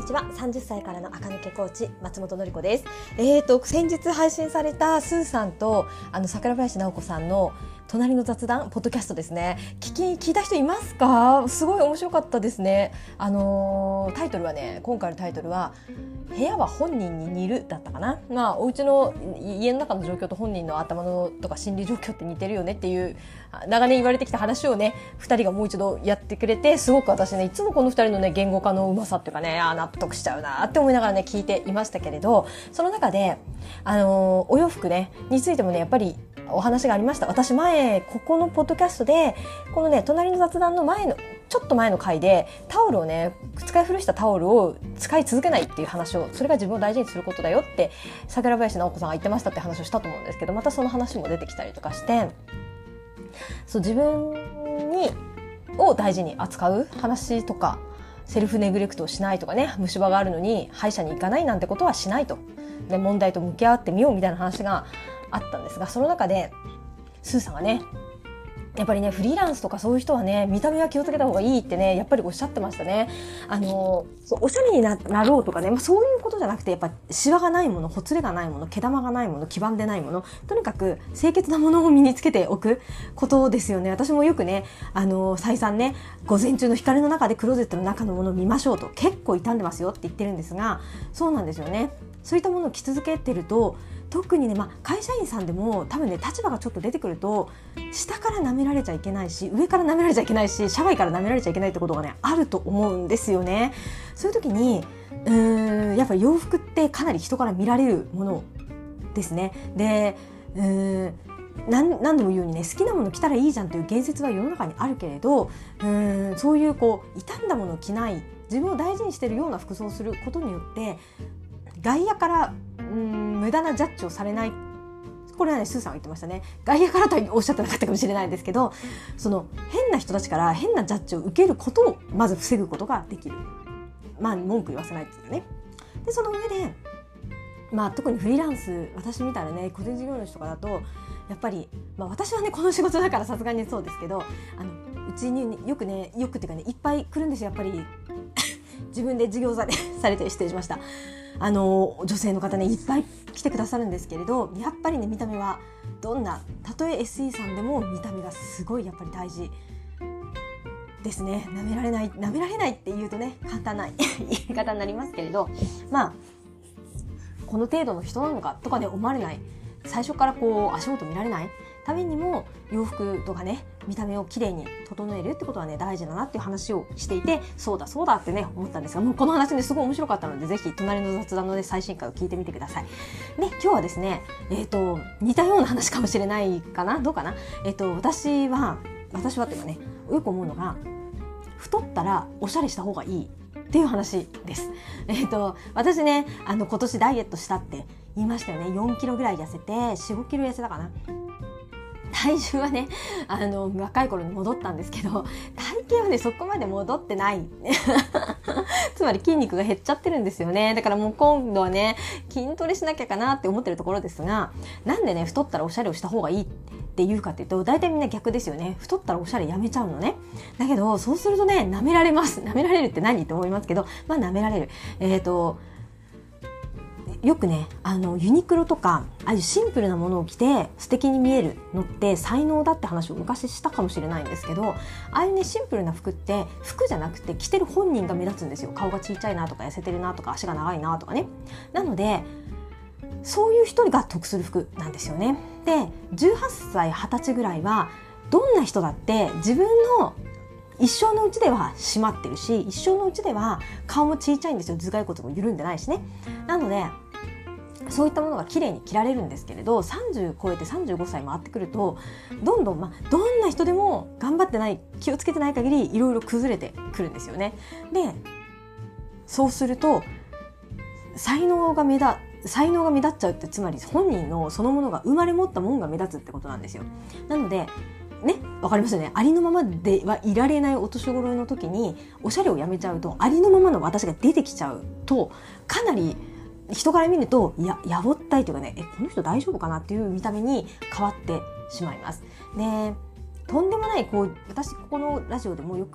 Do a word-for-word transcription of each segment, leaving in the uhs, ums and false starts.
ちは。さんじゅっさいからの垢抜けコーチ松本の子です。えーと先日配信されたスーさんとあの桜林直子さんの隣の雑談ポッドキャストですね。聞き聞いた人いますか？すごい面白かったですね。あのー、タイトルはね今回のタイトルは部屋は本人に似るだったかな。まあお家の家の中の状況と本人の頭のとか心理状況って似てるよねっていう長年言われてきた話をねふたりがもう一度やってくれて、すごく私ねいつもこのふたりのね言語化のうまさっていうかね、あ納得しちゃうなって思いながらね聞いていましたけれど、その中であのー、お洋服ねについてもねやっぱりお話がありました。私前ここのポッドキャストでこのね隣の雑談の前のちょっと前の回でタオルをね使い古したタオルを使い続けないっていう話を、それが自分を大事にすることだよって桜林直子さんが言ってましたって話をしたと思うんですけど、またその話も出てきたりとかして、そう自分にを大事に扱う話とか、セルフネグレクトをしないとかね、虫歯があるのに歯医者に行かないなんてことはしないと、で問題と向き合ってみようみたいな話があったんですが、その中でスーさんがねやっぱりねフリーランスとかそういう人はね見た目は気をつけた方がいいってねやっぱりおっしゃってましたね。あのそうおしゃれに な, なろうとかね、まあ、そういうことじゃなくて、やっぱシワがないもの、ほつれがないもの、毛玉がないもの、黄ばんでないもの、とにかく清潔なものを身につけておくことですよね。私もよくねあの再三ね午前中の光の中でクローゼットの中のものを見ましょうと、結構傷んでますよって言ってるんですが、そうなんですよね。そういったものを着続けてると、特にね、まあ、会社員さんでも多分ね立場がちょっと出てくると、下から舐められちゃいけないし、上から舐められちゃいけないし、社外から舐められちゃいけないってことがねあると思うんですよね。そういう時にうーんやっぱり洋服ってかなり人から見られるものですね。でうーん何, 何度も言うようにね、好きなもの着たらいいじゃんという言説は世の中にあるけれど、うーんそういうこう傷んだものを着ない、自分を大事にしているような服装をすることによって外野からうーん無駄なジャッジをされない。これはねスーさんが言ってましたね。外野からとはおっしゃってなかったかもしれないですけど、その変な人たちから変なジャッジを受けることをまず防ぐことができる。まあ文句言わせないっていうね。でその上で、まあ、特にフリーランス、私みたいなね個人事業主とかだとやっぱり、まあ、私はねこの仕事だからさすがにそうですけど、あのうちによくねよくっていうかねいっぱい来るんですよ。やっぱり自分で事業されされて失礼しました。あの女性の方ねいっぱい来てくださるんですけれど、やっぱりね見た目はどんなたとえ エスイー さんでも見た目がすごいやっぱり大事ですね。舐められない舐められないって言うとね簡単な言い方になりますけれど、まあこの程度の人なのかとかね思われない、最初からこう足元見られないためにも洋服とかね見た目をきれいに整えるってことはね大事だなっていう話をしていて、そうだそうだってね思ったんですが、もうこの話ねすごい面白かったのでぜひ隣の雑談の、ね、最新回を聞いてみてください。で今日はですね、えーと、似たような話かもしれないかな、どうかな、えーと、私は私はっていうかねよく思うのが、太ったらおしゃれした方がいいっていう話です。えーと、私ねあの今年ダイエットしたって言いましたよね。よんキロぐらい痩せて よん、ごキロ痩せたかな。体重はねあの若い頃に戻ったんですけど、体型はねそこまで戻ってないつまり筋肉が減っちゃってるんですよね。だからもう今度はね筋トレしなきゃかなって思ってるところですが、なんでね太ったらおしゃれをした方がいいっていうかっていうと、大体みんな逆ですよね。太ったらおしゃれやめちゃうのね。だけどそうするとね舐められます。舐められるって何って思いますけど、まあ舐められる。えーとよくねあのユニクロとかああいうシンプルなものを着て素敵に見えるのって才能だって話を昔したかもしれないんですけど、ああいうねシンプルな服って服じゃなくて着てる本人が目立つんですよ。顔が小さいなとか痩せてるなとか足が長いなとかね。なのでそういう人が得する服なんですよね。でじゅうはっさいはたちぐらいはどんな人だって自分の一生のうちでは締まってるし、一生のうちでは顔も小さいんですよ。頭蓋骨も緩んでないしね。なのでそういったものが綺麗に着られるんですけれど、さんじゅう超えてさんじゅうごさい回ってくるとどんどん、まあ、どんな人でも頑張ってない、気をつけてない限りいろいろ崩れてくるんですよね。でそうすると才能が目立才能が目立っちゃうって、つまり本人のそのものが生まれ持ったものが目立つってことなんですよ。なのでね、わかりますよね。ありのままではいられないお年頃の時におしゃれをやめちゃうと、ありのままの私が出てきちゃうと、かなり人から見るとややぼったいというかね、えこの人大丈夫かなっていう見た目に変わってしまいます。でとんでもないこう私ここのラジオでもよく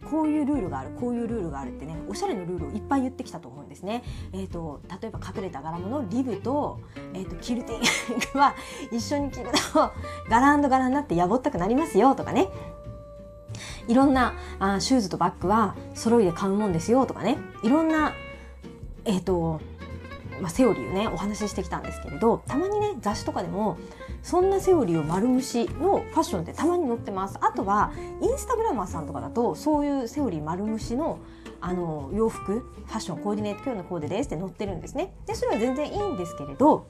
こういうルールがあるこういうルールがあるってね、おしゃれのルールをいっぱい言ってきたと思うんですね。えーと、例えば隠れた柄物リブと、えーと、キルティングは一緒に着ると柄柄になってやぼったくなりますよとかね、いろんなあシューズとバッグは揃いで買うもんですよとかね、いろんな、えーとまあ、セオリーをねお話ししてきたんですけれど、たまにね雑誌とかでもそんなセオリーを丸無視のファッションってたまに載ってます。あとはインスタグラマーさんとかだとそういうセオリー丸無視のあの洋服ファッションコーディネート、今日のコーデですって載ってるんですね。でそれは全然いいんですけれど、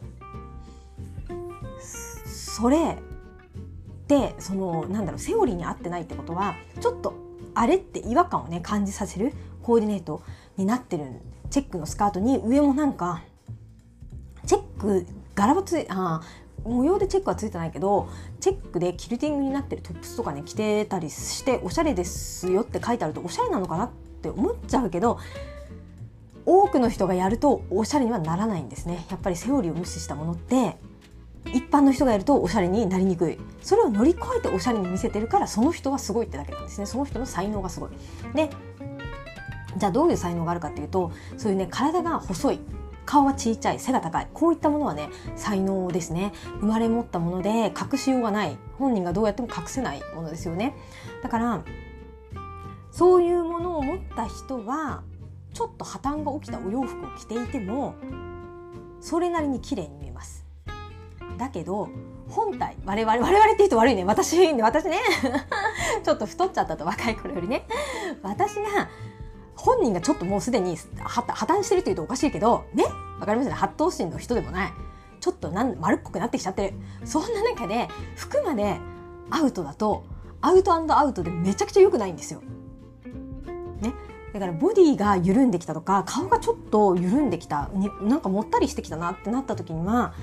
それでそのなんだろうセオリーに合ってないってことはちょっとあれって違和感をね感じさせるコーディネートになってる。チェックのスカートに上もなんかチェック柄はついあ模様でチェックはついてないけどチェックでキルティングになってるトップスとかね着てたりしておしゃれですよって書いてあるとおしゃれなのかなって思っちゃうけど、多くの人がやるとおしゃれにはならないんですね。やっぱりセオリーを無視したものって一般の人がやるとおしゃれになりにくい。それを乗り越えておしゃれに見せてるからその人はすごいってだけなんですね。その人の才能がすごい。でじゃあどういう才能があるかっていうと、そういうね体が細い、顔は小さい、背が高い、こういったものはね才能ですね。生まれ持ったもので隠しようがない、本人がどうやっても隠せないものですよね。だからそういうものを持った人はちょっと破綻が起きたお洋服を着ていてもそれなりに綺麗に見えます。だけど本体我々我々って言うと悪いね、私私ねちょっと太っちゃったと、若い頃よりね、私が本人がちょっともうすでに破綻してるって言うとおかしいけどね、わかりますね、八頭身の人でもない、ちょっとなん丸っこくなってきちゃってる。そんな中で服までアウトだとアウト&アウトでめちゃくちゃ良くないんですよ、ね、だからボディが緩んできたとか顔がちょっと緩んできた、なんかもったりしてきたなってなった時には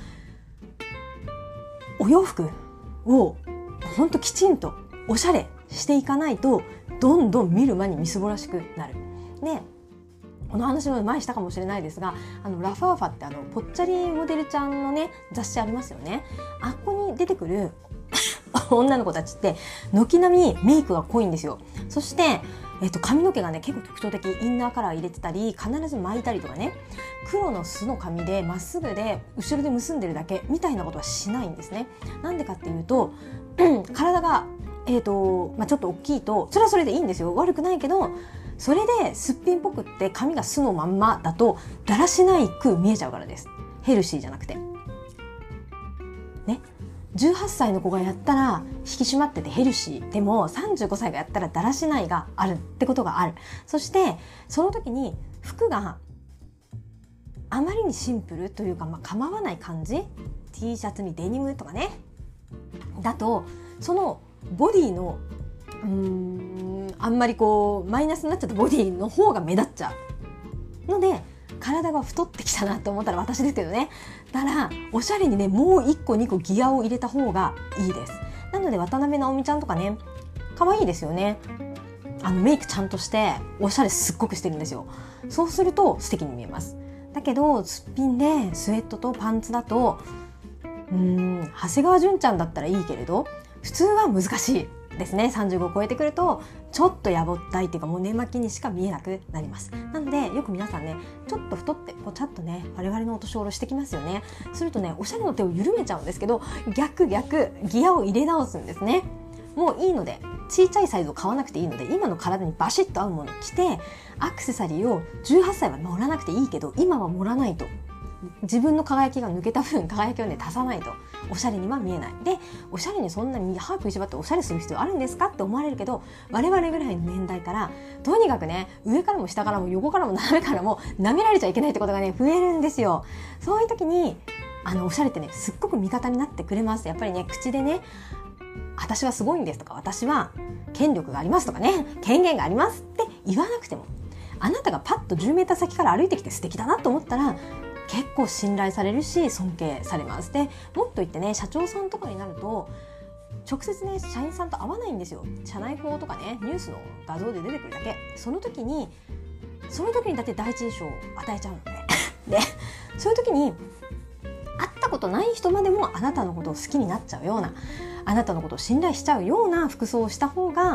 お洋服をほんときちんとおしゃれしていかないとどんどん見る間にみすぼらしくなる。でこの話も前したかもしれないですが、あのラファーファってあのぽっちゃりモデルちゃんのね雑誌ありますよね。あっこに出てくる女の子たちって軒並みメイクが濃いんですよ。そして、えっと、髪の毛がね結構特徴的、インナーカラー入れてたり必ず巻いたりとかね、黒の素の髪でまっすぐで後ろで結んでるだけみたいなことはしないんですね。なんでかっていうと体が、えーとまあ、ちょっと大きいとそれはそれでいいんですよ、悪くないけど、それですっぴんっぽくって髪が素のまんまだとだらしないく見えちゃうからです。ヘルシーじゃなくてね。じゅうはっさいの子がやったら引き締まっててヘルシーでもさんじゅうごさいがやったらだらしないがあるってことがある。そしてその時に服があまりにシンプルというか、まあ、構わない感じ、 T シャツにデニムとかねだとそのボディのうーんあんまりこうマイナスになっちゃったボディの方が目立っちゃうので、体が太ってきたなと思ったら私ですけどね、だからおしゃれにねもういっこにこギアを入れた方がいいです。なので渡辺直美ちゃんとかね可愛いですよね。あのメイクちゃんとしておしゃれすっごくしてるんですよ。そうすると素敵に見えます。だけどすっぴんでスウェットとパンツだとうーん長谷川純ちゃんだったらいいけれど普通は難しいですね。さんじゅうごを超えてくるとちょっとやぼったいっていうかもう寝巻きにしか見えなくなります。なのでよく皆さんねちょっと太ってぽちゃっとね我々のお年頃してきますよね。するとねおしゃれの手を緩めちゃうんですけど逆逆ギアを入れ直すんですね。もういいので小さいサイズを買わなくていいので今の体にバシッと合うものを着てアクセサリーをじゅうはっさいは盛らなくていいけど今は盛らないと自分の輝きが抜けた分輝きをね足さないとおしゃれには見えない。でおしゃれにそんなに歯食いしばっておしゃれする必要あるんですかって思われるけど我々ぐらいの年代からとにかくね上からも下からも横からも斜めからも舐められちゃいけないってことがね増えるんですよ。そういう時にあのおしゃれってねすっごく味方になってくれます。やっぱりね口でね私はすごいんですとか私は権力がありますとかね権限がありますって言わなくてもあなたがパッとじゅうメーター先から歩いてきて素敵だなと思ったら結構信頼されるし尊敬されます。でもっと言ってね社長さんとかになると直接ね社員さんと会わないんですよ。社内報とかねニュースの画像で出てくるだけ。その時にその時にだって第一印象を与えちゃうのででそういう時に会ったことない人までもあなたのことを好きになっちゃうようなあなたのことを信頼しちゃうような服装をした方が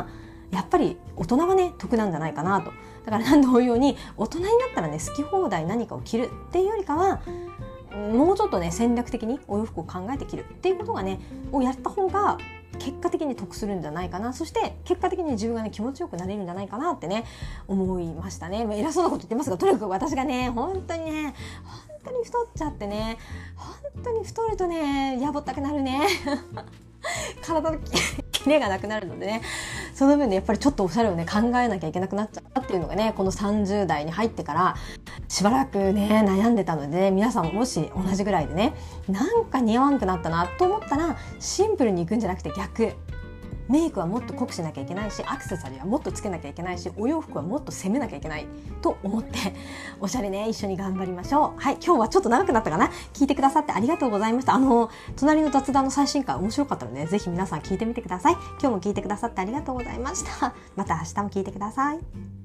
やっぱり大人はね得なんじゃないかなと。だから同様に大人になったらね好き放題何かを着るっていうよりかはもうちょっとね戦略的にお洋服を考えて着るっていうことがねをやった方が結果的に得するんじゃないかな。そして結果的に自分がね気持ちよくなれるんじゃないかなってね思いましたね。偉そうなこと言ってますが、とにかく私がね本当にね本当に太っちゃってね、本当に太るとねやぼったくなるね体のキレがなくなるのでね、その分でやっぱりちょっとおしゃれをね考えなきゃいけなくなっちゃったっていうのがねこのさんじゅう代に入ってからしばらくね悩んでたので、ね、皆さんももし同じぐらいでねなんか似合わんくなったなと思ったらシンプルにいくんじゃなくて逆、メイクはもっと濃くしなきゃいけないし、アクセサリーはもっとつけなきゃいけないし、お洋服はもっと攻めなきゃいけないと思っておしゃれね一緒に頑張りましょう。はい、今日はちょっと長くなったかな。聞いてくださってありがとうございました。あの隣の雑談の最新回面白かったのでぜひ皆さん聞いてみてください。今日も聞いてくださってありがとうございました。また明日も聞いてください。